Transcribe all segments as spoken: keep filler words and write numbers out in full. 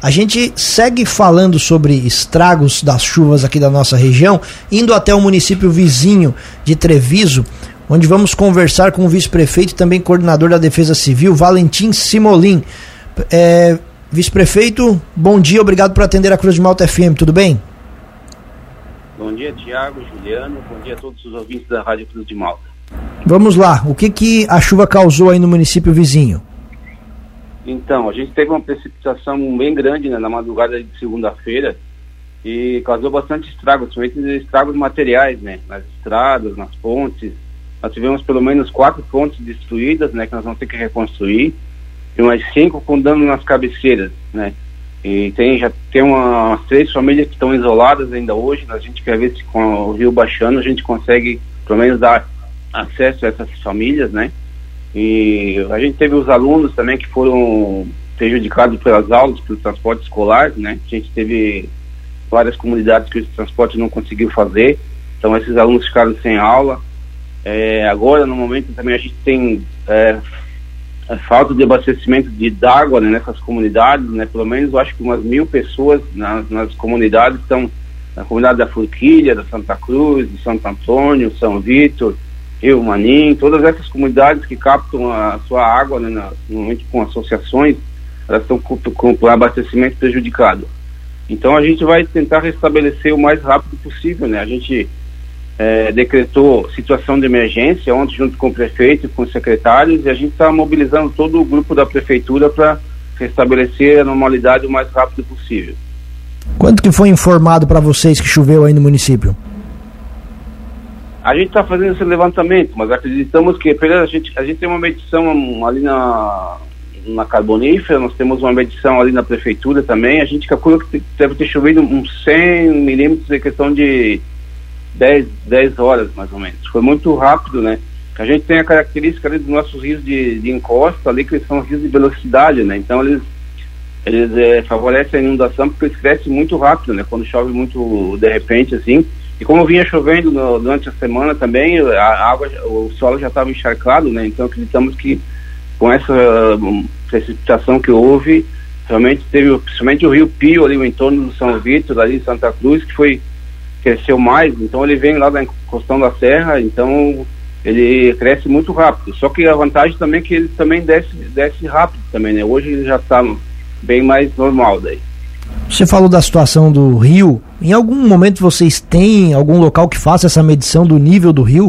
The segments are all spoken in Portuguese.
A gente segue falando sobre estragos das chuvas aqui da nossa região, indo até o município vizinho de Treviso, onde vamos conversar com o vice-prefeito e também coordenador da Defesa Civil, Valentim Simolin. É, vice-prefeito, bom dia, obrigado por atender a Cruz de Malta F M, tudo bem? Bom dia, Tiago, Juliano, bom dia a todos os ouvintes da Rádio Cruz de Malta. Vamos lá, o que, que a chuva causou aí no município vizinho? Então, a gente teve uma precipitação bem grande, né, na madrugada de segunda-feira e causou bastante estragos, principalmente estragos materiais, né, nas estradas, nas pontes. Nós tivemos pelo menos quatro pontes destruídas, né, que nós vamos ter que reconstruir, e umas cinco com dano nas cabeceiras, né. E tem, já tem uma, umas três famílias que estão isoladas ainda hoje. A gente quer ver se com o rio baixando a gente consegue pelo menos dar acesso a essas famílias, né. E a gente teve os alunos também que foram prejudicados pelas aulas, pelo transporte escolar, né. A gente teve várias comunidades que o transporte não conseguiu fazer, então esses alunos ficaram sem aula. É, agora, no momento, também a gente tem é, a falta de abastecimento de água, né, nessas comunidades, né, pelo menos eu acho que umas mil pessoas nas, nas comunidades estão, na comunidade da Forquilha, da Santa Cruz, de Santo Antônio, São Vitor, Rio Manim, todas essas comunidades que captam a sua água, né, na, normalmente com associações, elas estão com, com, com abastecimento prejudicado. Então a gente vai tentar restabelecer o mais rápido possível, né, a gente É, decretou situação de emergência ontem junto com o prefeito e com os secretários, e a gente está mobilizando todo o grupo da prefeitura para restabelecer a normalidade o mais rápido possível. Quanto que foi informado para vocês que choveu aí no município? A gente está fazendo esse levantamento, mas acreditamos que primeiro, a gente, a gente tem uma medição ali na, na Carbonífera, nós temos uma medição ali na prefeitura também, a gente calcula que deve ter chovido uns cem milímetros em questão de dez, dez horas mais ou menos. Foi muito rápido, né? A gente tem a característica ali dos nossos rios de, de encosta ali, que eles são rios de velocidade, né? Então eles, eles é, favorecem a inundação porque eles crescem muito rápido, né? Quando chove muito de repente, assim. E como vinha chovendo no, durante a semana também, a água, o solo já estava encharcado, né? Então acreditamos que com essa um, precipitação que houve, realmente teve, principalmente o Rio Pio ali, o entorno do São Vitor, ali em Santa Cruz, que foi cresceu mais, então ele vem lá da encostão da serra, então ele cresce muito rápido, só que a vantagem também é que ele também desce, desce rápido também, né? Hoje ele já está bem mais normal daí. Você falou da situação do rio, em algum momento vocês têm algum local que faça essa medição do nível do rio?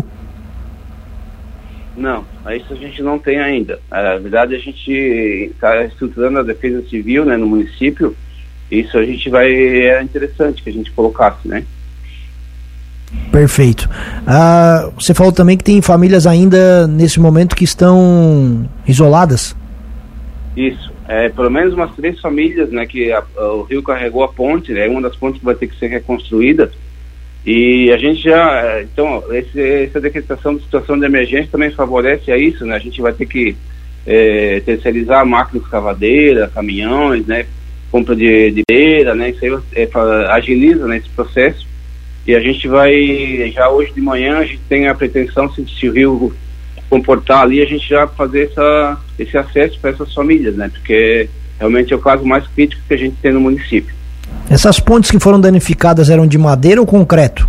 Não, isso a gente não tem ainda. Na verdade a gente está estruturando a defesa civil, né, no município, isso a gente vai, é interessante que a gente colocasse, né? Perfeito. Ah, você falou também que tem famílias ainda nesse momento que estão isoladas? Isso, é, pelo menos umas três famílias, né, que a, a, o rio carregou a ponte, é né, uma das pontes que vai ter que ser reconstruída, e a gente já, então, esse, essa decretação de situação de emergência também favorece a isso, né, a gente vai ter que é, terceirizar máquina escavadeira, caminhões, né, compra de, de beira, né, isso aí é, agiliza, né, esse processo. E a gente vai, já hoje de manhã, a gente tem a pretensão, se, se o rio comportar ali, a gente já fazer essa, esse acesso para essas famílias, né? Porque realmente é o caso mais crítico que a gente tem no município. Essas pontes que foram danificadas eram de madeira ou concreto?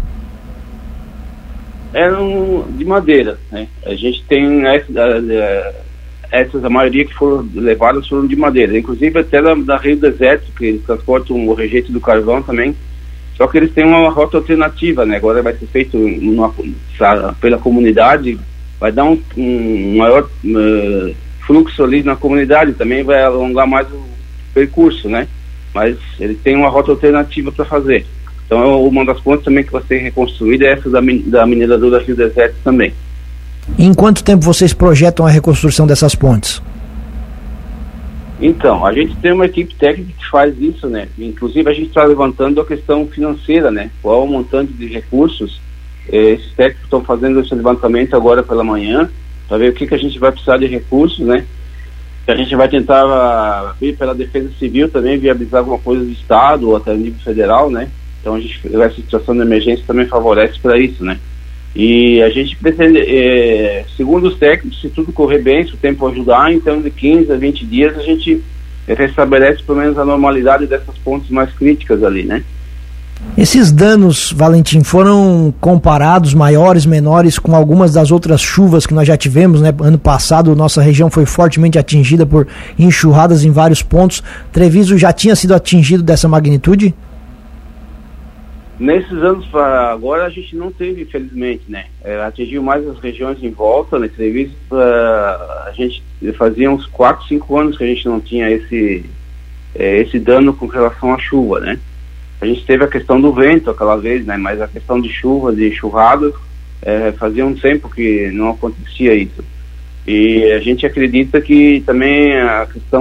Eram de madeira, né? A gente tem essas, essas a maioria que foram levadas foram de madeira, inclusive até da, da Rio Deserto, que eles transportam o rejeito do carvão também. Só que eles têm uma rota alternativa, né? Agora vai ser feito numa, pela comunidade, vai dar um, um maior uh, fluxo ali na comunidade, também vai alongar mais o percurso, né? Mas eles têm uma rota alternativa para fazer. Então uma das pontes também que vai ser reconstruída é essa da, da mineradora Rio Deserto também. Em quanto tempo vocês projetam a reconstrução dessas pontes? Então, a gente tem uma equipe técnica que faz isso, né? Inclusive a gente está levantando a questão financeira, né? Qual o montante de recursos? Eh, esses técnicos estão fazendo esse levantamento agora pela manhã, para ver o que, que a gente vai precisar de recursos, né? A gente vai tentar vir pela Defesa Civil também, viabilizar alguma coisa do Estado ou até nível federal, né? Então a gente, essa situação de emergência também favorece para isso, né? E a gente pretende, é, segundo os técnicos, se tudo correr bem, se o tempo ajudar, então de quinze a vinte dias a gente restabelece pelo menos a normalidade dessas pontes mais críticas ali, né? Esses danos, Valentim, foram comparados, maiores, menores, com algumas das outras chuvas que nós já tivemos, né? Ano passado, nossa região foi fortemente atingida por enxurradas em vários pontos. Treviso já tinha sido atingido dessa magnitude? Nesses anos para agora a gente não teve, infelizmente, né? É, atingiu mais as regiões em volta, né? Treviso, uh, a gente fazia uns quatro, cinco anos que a gente não tinha esse, é, esse dano com relação à chuva, né? A gente teve a questão do vento aquela vez, né? Mas a questão de chuva, de enxurrada, é, fazia um tempo que não acontecia isso. E a gente acredita que também a questão...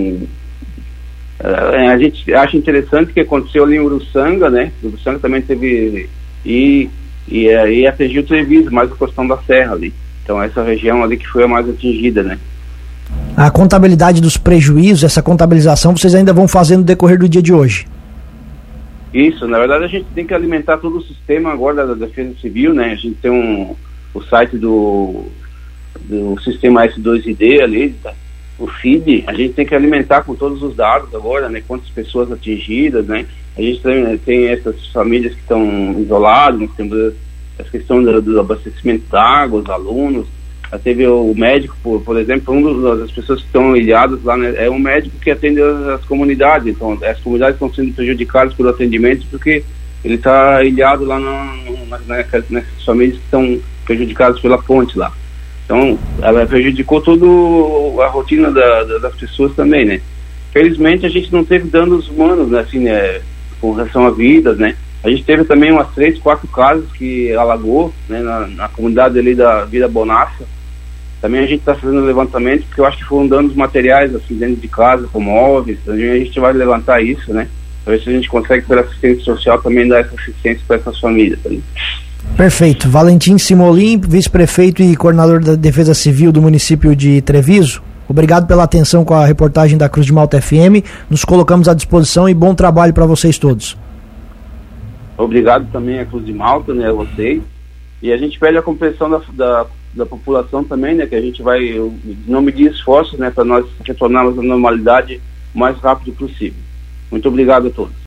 É, a gente acha interessante que aconteceu ali em Uruçanga, né? Uruçanga também teve... E, e, e atingiu o Treviso, mais a questão da serra ali. Então essa região ali que foi a mais atingida, né? A contabilidade dos prejuízos, essa contabilização, vocês ainda vão fazer no decorrer do dia de hoje? Isso, na verdade a gente tem que alimentar todo o sistema agora da Defesa Civil, né? A gente tem um, o site do, do sistema S dois I D ali, tá? O F I D, a gente tem que alimentar com todos os dados agora, né? Quantas pessoas atingidas, né? A gente tem, tem essas famílias que estão isoladas, nós temos essa questão do, do abastecimento d'água, os alunos. Já teve o médico, por, por exemplo, uma das pessoas que estão ilhadas lá, né, é um médico que atende as, as comunidades. Então, as comunidades estão sendo prejudicadas pelo atendimento porque ele está ilhado lá na, na, na, nessas famílias que estão prejudicadas pela ponte lá. Então, ela prejudicou toda a rotina da, da, das pessoas também, né? Felizmente, a gente não teve danos humanos, né, assim, né, com relação a vidas, né? A gente teve também umas três, quatro casas que alagou, né, na, na comunidade ali da Vila Bonassa. Também a gente está fazendo levantamento, porque eu acho que foram danos materiais, assim, dentro de casa, com móveis. A gente vai levantar isso, né? Para ver se a gente consegue, pela assistência social, também dar essa assistência para essas famílias. Tá? Perfeito. Valentim Simolim, vice-prefeito e coordenador da Defesa Civil do município de Treviso. Obrigado pela atenção com a reportagem da Cruz de Malta F M. Nos colocamos à disposição e bom trabalho para vocês todos. Obrigado também à Cruz de Malta, né, a vocês. E a gente pede a compreensão da, da, da população também, né, que a gente vai, não medir esforços, né, para nós retornarmos à normalidade o mais rápido possível. Muito obrigado a todos.